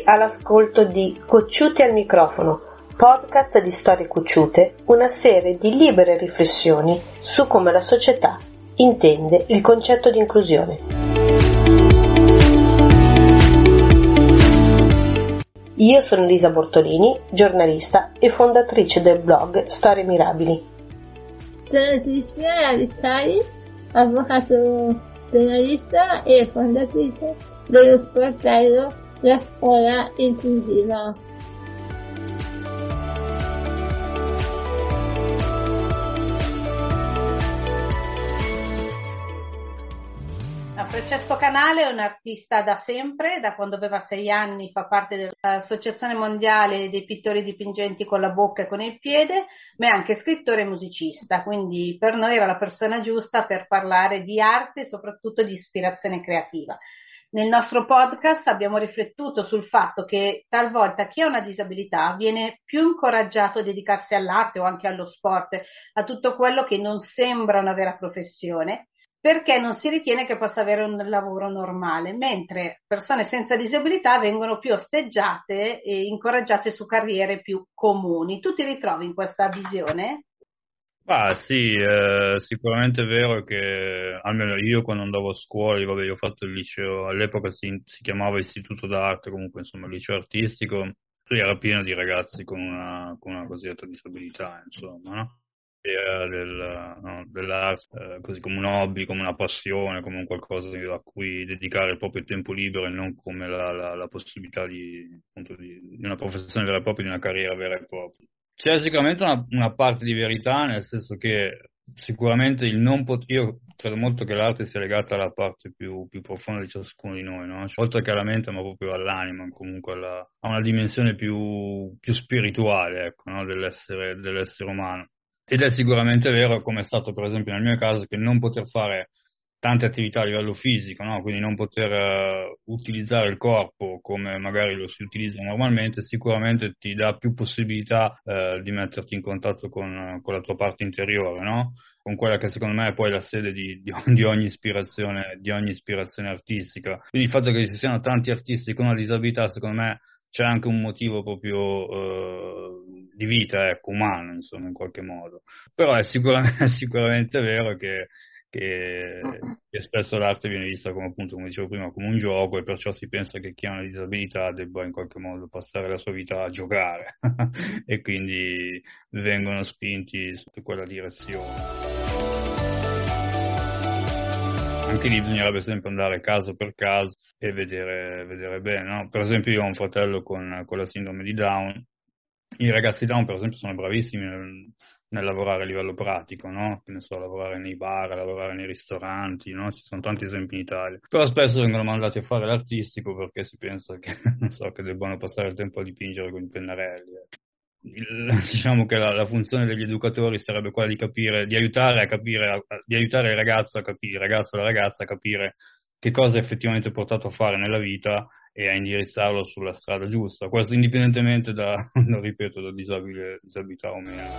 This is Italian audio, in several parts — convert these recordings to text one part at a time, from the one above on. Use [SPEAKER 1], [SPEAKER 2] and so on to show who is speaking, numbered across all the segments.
[SPEAKER 1] all'ascolto di Cocciuti al microfono, podcast di storie cocciute, una serie di libere riflessioni su come la società intende il concetto di inclusione. Io sono Elisa Bortolini, giornalista e fondatrice del blog Storie Mirabili.
[SPEAKER 2] Sono Cristina Vissari, avvocato giornalista e fondatrice dello sportello La Scuola Inclusiva.
[SPEAKER 3] Francesco Canale è un artista da sempre, da quando aveva 6 anni fa parte dell'Associazione Mondiale dei Pittori Dipingenti con la bocca e con il piede, ma è anche scrittore e musicista, quindi per noi era la persona giusta per parlare di arte e soprattutto di ispirazione creativa. Nel nostro podcast abbiamo riflettuto sul fatto che talvolta chi ha una disabilità viene più incoraggiato a dedicarsi all'arte o anche allo sport, a tutto quello che non sembra una vera professione, perché non si ritiene che possa avere un lavoro normale, mentre persone senza disabilità vengono più osteggiate e incoraggiate su carriere più comuni. Tu ti ritrovi in questa visione?
[SPEAKER 4] Sì, sicuramente è vero che almeno io quando andavo a scuola, io ho fatto il liceo, all'epoca si chiamava Istituto d'Arte, comunque insomma il liceo artistico, era pieno di ragazzi con una cosiddetta disabilità, insomma, no? Dell'arte così come un hobby, come una passione, come un qualcosa a cui dedicare il proprio tempo libero e non come la possibilità di una professione vera e propria, di una carriera vera e propria. C'è sicuramente una parte di verità, nel senso che sicuramente io credo molto che l'arte sia legata alla parte più profonda di ciascuno di noi, no? Oltre che alla mente, ma proprio all'anima, comunque a una dimensione più spirituale, ecco, no? dell'essere umano. Ed è sicuramente vero, come è stato per esempio nel mio caso, che non poter fare tante attività a livello fisico, no? Quindi non poter utilizzare il corpo come magari lo si utilizza normalmente, sicuramente ti dà più possibilità di metterti in contatto con la tua parte interiore, no? Con quella che secondo me è poi la sede di ogni ispirazione artistica. Quindi il fatto che ci siano tanti artisti con una disabilità, secondo me c'è anche un motivo proprio di vita, ecco, umano, insomma, in qualche modo. Però è sicuramente vero che spesso l'arte viene vista come, appunto, come dicevo prima, come un gioco, e perciò si pensa che chi ha una disabilità debba in qualche modo passare la sua vita a giocare e quindi vengono spinti su quella direzione. Anche lì bisognerebbe sempre andare caso per caso e vedere bene, no? Per esempio io ho un fratello con la sindrome di Down. I ragazzi Down, per esempio, sono bravissimi nel lavorare a livello pratico, no? Che ne so, lavorare nei bar, lavorare nei ristoranti, no? Ci sono tanti esempi in Italia. Però spesso vengono mandati a fare l'artistico perché si pensa che, non so, che debbano passare il tempo a dipingere con i pennarelli. Diciamo che la funzione degli educatori sarebbe quella di aiutare il ragazzo o la ragazza a capire che cosa è effettivamente portato a fare nella vita e a indirizzarlo sulla strada giusta, questo indipendentemente ripeto, da disabilità o meno.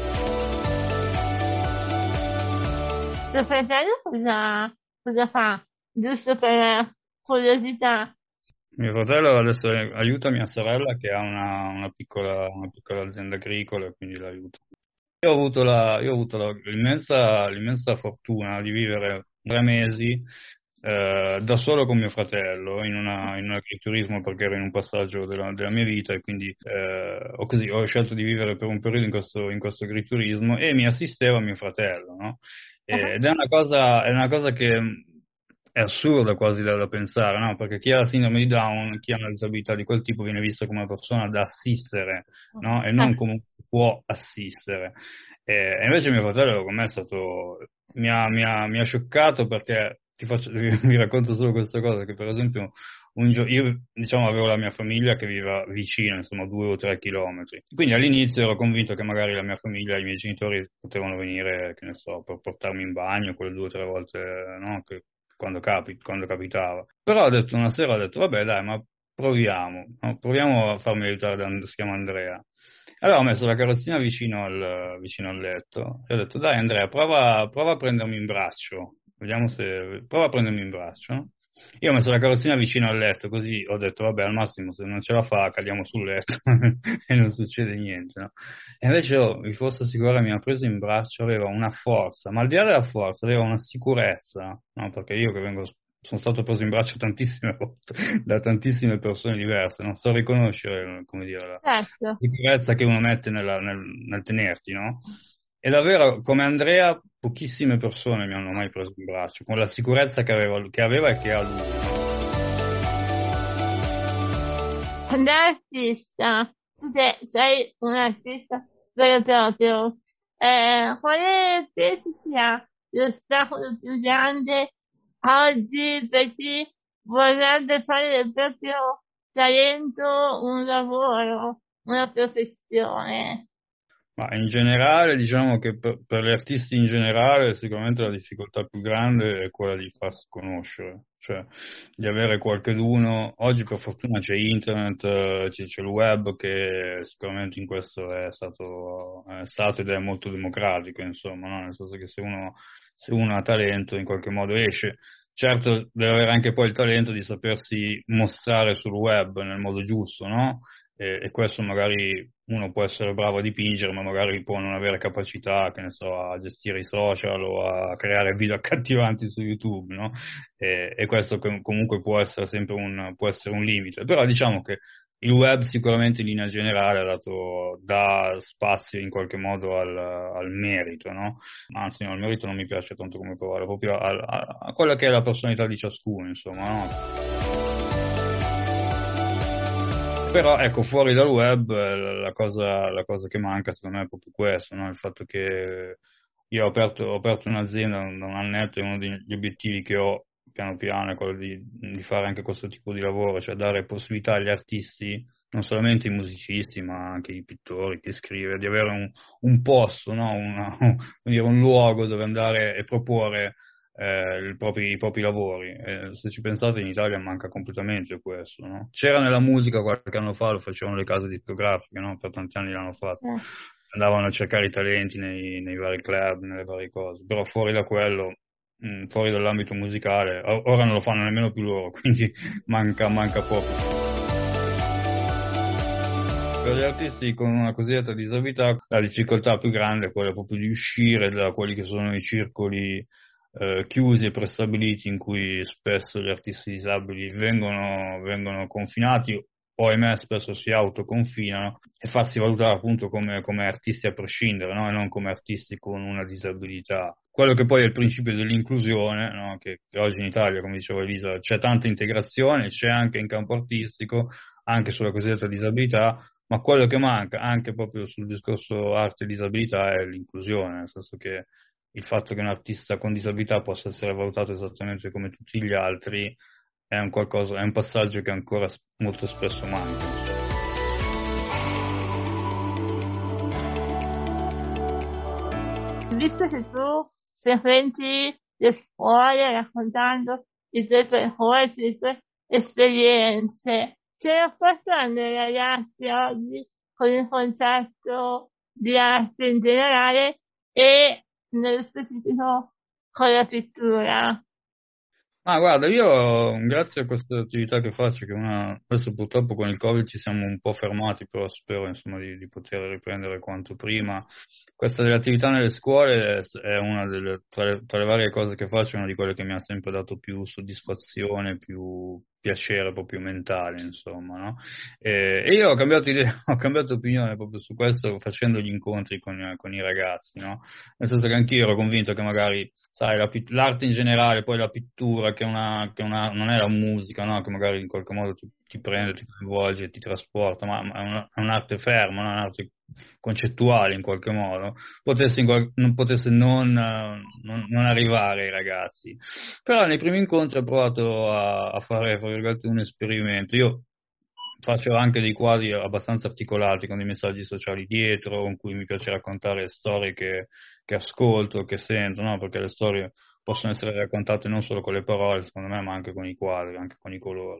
[SPEAKER 2] Tuo fratello cosa fa? Giusto per curiosità.
[SPEAKER 4] Mio fratello adesso aiuta mia sorella che ha una piccola azienda agricola e quindi l'aiuta. Io ho avuto l'immensa fortuna di vivere 3 mesi da solo con mio fratello in un agriturismo, perché ero in un passaggio della mia vita, e quindi ho scelto di vivere per un periodo in questo agriturismo e mi assisteva mio fratello, no? Ed è una cosa che è assurda quasi da pensare, no? Perché chi ha la sindrome di Down, chi ha una disabilità di quel tipo, viene vista come una persona da assistere, no? E non come può assistere. E invece mio fratello con me mi ha scioccato, perché vi racconto solo questa cosa, che per esempio io avevo la mia famiglia che viveva vicino, insomma 2 o 3 chilometri, quindi all'inizio ero convinto che magari la mia famiglia, i miei genitori potevano venire, che ne so, per portarmi in bagno quelle 2 o 3 volte, no? Quando capitava. Però una sera ho detto vabbè dai, ma proviamo, no? Proviamo a farmi aiutare si chiama Andrea. Allora ho messo la carrozzina vicino al letto e ho detto dai Andrea, prova a prendermi in braccio, prova a prendermi in braccio. Io ho messo la carrozzina vicino al letto, così ho detto, vabbè, al massimo se non ce la fa cadiamo sul letto e non succede niente, no? E invece, vi posso assicurare, mi ha preso in braccio, aveva una forza, ma al di là della forza, aveva una sicurezza, no? Perché io che sono stato preso in braccio tantissime volte da tantissime persone diverse, non so riconoscere, come dire, la
[SPEAKER 2] Certo.
[SPEAKER 4] sicurezza che uno mette nel tenerti, no? E davvero, come Andrea, pochissime persone mi hanno mai preso in braccio, con la sicurezza che aveva e che ha lui.
[SPEAKER 2] Da artista, tu sei un artista vero e proprio. Quale pensi sia l'ostacolo più grande oggi per chi vorrebbe fare del proprio talento un lavoro, una professione?
[SPEAKER 4] Ma in generale, diciamo che per gli artisti in generale, sicuramente la difficoltà più grande è quella di farsi conoscere, cioè di avere qualcheduno. Oggi per fortuna c'è internet, c'è il web che sicuramente in questo è stato ed è molto democratico, insomma, no? Nel senso che se uno ha talento in qualche modo esce. Certo, deve avere anche poi il talento di sapersi mostrare sul web nel modo giusto, no? E questo magari uno può essere bravo a dipingere, ma magari può non avere capacità, che ne so, a gestire i social o a creare video accattivanti su YouTube, no? E questo comunque può essere sempre può essere un limite. Però diciamo che il web sicuramente in linea generale dà spazio in qualche modo al merito, no? Anzi, no, il merito non mi piace tanto come parola, proprio a quella che è la personalità di ciascuno, insomma, no? Però ecco, fuori dal web la cosa che manca secondo me è proprio questo, no? Il fatto che io ho aperto un'azienda da un annetto e uno degli obiettivi che ho piano piano è quello di fare anche questo tipo di lavoro, cioè dare possibilità agli artisti, non solamente i musicisti, ma anche i pittori, chi scrive, di avere un posto, no? Un luogo dove andare e proporre i propri lavori. Se ci pensate, in Italia manca completamente questo, no? C'era nella musica qualche anno fa, lo facevano le case discografiche, no? Per tanti anni l'hanno fatto.
[SPEAKER 2] Eh,
[SPEAKER 4] Andavano a cercare i talenti nei vari club, nelle varie cose, però fuori da quello, fuori dall'ambito musicale, ora non lo fanno nemmeno più loro, quindi manca poco. Per gli artisti con una cosiddetta disabilità, la difficoltà più grande è quella proprio di uscire da quelli che sono i circoli chiusi e prestabiliti in cui spesso gli artisti disabili vengono confinati o ahimè spesso si autoconfinano e farsi valutare appunto come artisti a prescindere, no? E non come artisti con una disabilità. Quello che poi è il principio dell'inclusione, no? Che oggi in Italia, come diceva Elisa, c'è tanta integrazione, c'è anche in campo artistico, anche sulla cosiddetta disabilità, ma quello che manca anche proprio sul discorso arte e disabilità è l'inclusione, nel senso che il fatto che un artista con disabilità possa essere valutato esattamente come tutti gli altri è un passaggio che ancora molto spesso manca.
[SPEAKER 2] Visto che tu frequenti le scuole raccontando i tuoi percorsi, le tue esperienze, che rapporto hanno i ragazzi oggi con il concetto di arte in generale e nello specifico con la pittura?
[SPEAKER 4] Ma guarda, io grazie a questa attività che faccio, adesso purtroppo con il Covid ci siamo un po' fermati, però spero insomma di poter riprendere quanto prima. Questa dell'attività nelle scuole è una tra le varie cose che faccio, una di quelle che mi ha sempre dato più soddisfazione, più piacere proprio mentale, insomma, no? E io ho cambiato idea, ho cambiato opinione proprio su questo facendo gli incontri con i ragazzi, no? Nel senso che anch'io ero convinto che magari, sai, l'arte in generale, poi la pittura, non è la musica, no? Che magari in qualche modo ti prende, ti coinvolge, ti trasporta, ma è un'arte ferma, no? È un'arte concettuale in qualche modo, non potesse non arrivare ai ragazzi. Però nei primi incontri ho provato a fare, fra virgolette, un esperimento. Io faccio anche dei quadri abbastanza articolati, con dei messaggi sociali dietro, in cui mi piace raccontare storie che ascolto, che sento, no? Perché le storie possono essere raccontate non solo con le parole, secondo me, ma anche con i quadri, anche con i colori.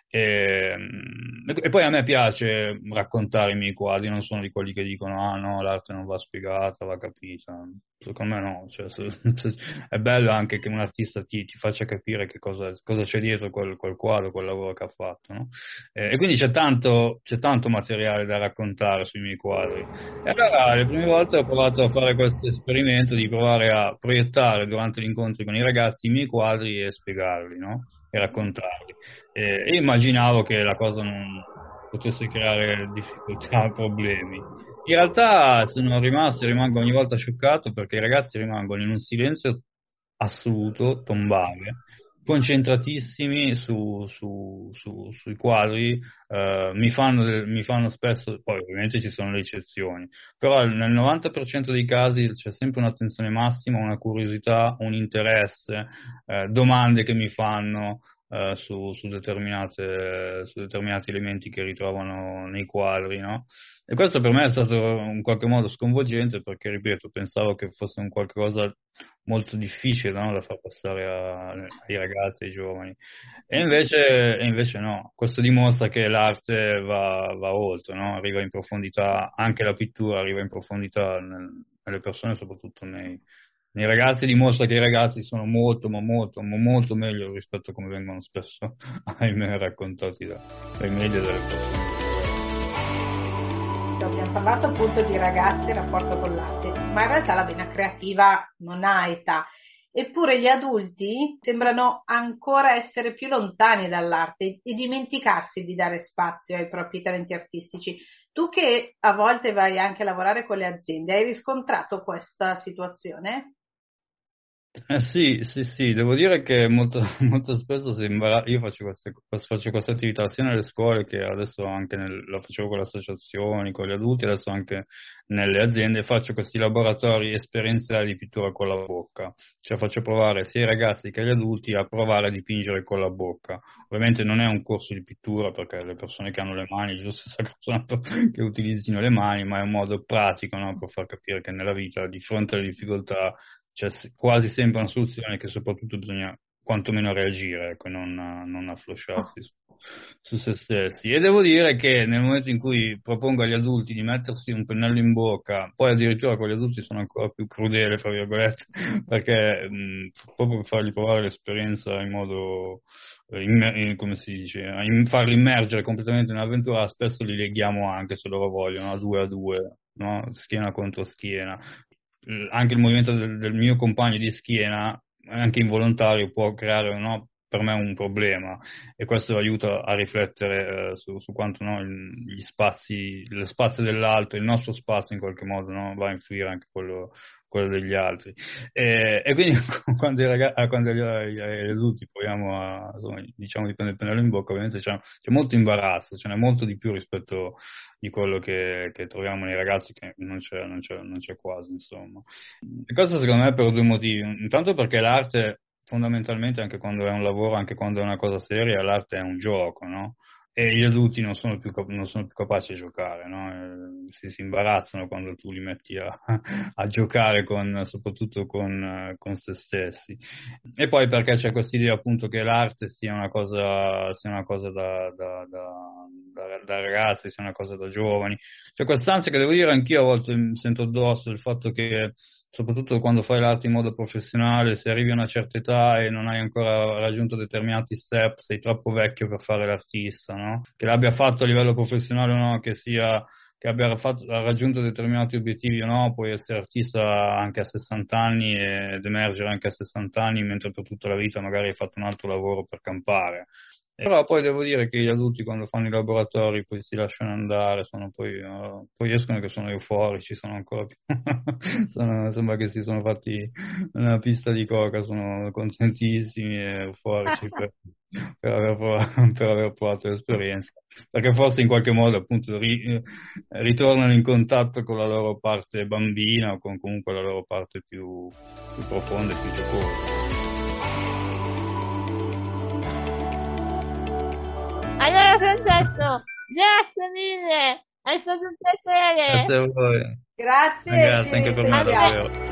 [SPEAKER 4] E poi a me piace raccontare i miei quadri, non sono di quelli che dicono ah no, l'arte non va spiegata, va capita. Secondo me no, cioè, è bello anche che un artista ti faccia capire che cosa c'è dietro quel quadro, quel lavoro che ha fatto, no? E quindi c'è tanto materiale da raccontare sui miei quadri. E allora le prime volte ho provato a fare questo esperimento di provare a proiettare durante gli incontri con i ragazzi i miei quadri e spiegarli, no? E raccontarli. E immaginavo che la cosa non potesse creare difficoltà, problemi. In realtà rimango ogni volta scioccato perché i ragazzi rimangono in un silenzio assoluto, tombale, concentratissimi sui quadri, mi fanno spesso, poi ovviamente ci sono le eccezioni, però nel 90% dei casi c'è sempre un'attenzione massima, una curiosità, un interesse, domande che mi fanno su determinati elementi che ritrovano nei quadri, no? E questo per me è stato in qualche modo sconvolgente perché, ripeto, pensavo che fosse un qualcosa molto difficile, no, da far passare ai ragazzi, ai giovani. E invece no, questo dimostra che l'arte va oltre, no? Arriva in profondità, anche la pittura arriva in profondità nelle persone, soprattutto nei ragazzi, dimostra che i ragazzi sono molto, ma molto, ma molto meglio rispetto a come vengono spesso, ahimè, raccontati dai media delle persone.
[SPEAKER 3] Abbiamo parlato appunto di ragazzi e rapporto con l'arte, ma in realtà la vena creativa non ha età. Eppure gli adulti sembrano ancora essere più lontani dall'arte e dimenticarsi di dare spazio ai propri talenti artistici. Tu che a volte vai anche a lavorare con le aziende, hai riscontrato questa situazione?
[SPEAKER 4] Sì, devo dire che molto, molto spesso io faccio questa attività sia nelle scuole che adesso anche la facevo con le associazioni, con gli adulti, adesso anche nelle aziende, faccio questi laboratori esperienziali di pittura con la bocca, cioè faccio provare sia i ragazzi che gli adulti a provare a dipingere con la bocca. Ovviamente non è un corso di pittura perché le persone che hanno le mani è giusto sacrosanto che utilizzino le mani, ma è un modo pratico, no, per far capire che nella vita, di fronte alle difficoltà, c'è quasi sempre una soluzione che soprattutto bisogna quantomeno reagire, ecco, non afflosciarsi su se stessi. E devo dire che nel momento in cui propongo agli adulti di mettersi un pennello in bocca, poi addirittura con gli adulti sono ancora più crudele, fra virgolette, perché proprio per fargli provare l'esperienza in modo, come si dice, farli immergere completamente nell'avventura, spesso li leghiamo anche se loro vogliono, a due, no? Schiena contro schiena. Anche il movimento del mio compagno di schiena, anche involontario, può creare, no, per me un problema, e questo aiuta a riflettere su quanto, no, lo spazio dell'altro, il nostro spazio in qualche modo, no, va a influire anche quello degli altri. E quindi quando gli adulti proviamo diciamo di prendere il pennello in bocca, ovviamente c'è molto imbarazzo, ce n'è molto di più rispetto di quello che troviamo nei ragazzi, che non c'è quasi, insomma. E questo secondo me per due motivi. Intanto perché l'arte, fondamentalmente, anche quando è un lavoro, anche quando è una cosa seria, l'arte è un gioco, no? E gli adulti non sono più capaci di giocare, no? Si imbarazzano quando tu li metti a giocare soprattutto con se stessi. E poi perché c'è questa idea appunto che l'arte sia una cosa da ragazzi, sia una cosa da giovani. C'è quest'ansia che devo dire anch'io a volte mi sento addosso, il fatto che soprattutto quando fai l'arte in modo professionale, se arrivi a una certa età e non hai ancora raggiunto determinati step, sei troppo vecchio per fare l'artista, no? Che l'abbia fatto a livello professionale o no, che abbia raggiunto determinati obiettivi o no, puoi essere artista anche a 60 anni ed emergere anche a 60 anni, mentre per tutta la vita magari hai fatto un altro lavoro per campare. Però poi devo dire che gli adulti quando fanno i laboratori poi si lasciano andare, poi escono che sono euforici, sono ancora più sembra che si sono fatti una pista di coca, sono contentissimi e euforici per aver provato l'esperienza, perché forse in qualche modo appunto ritornano in contatto con la loro parte bambina o con comunque la loro parte più profonda e più giocosa.
[SPEAKER 2] Allora Francesco, grazie mille, è stato un piacere.
[SPEAKER 4] Grazie a voi.
[SPEAKER 3] Grazie.
[SPEAKER 4] Grazie anche per me, davvero.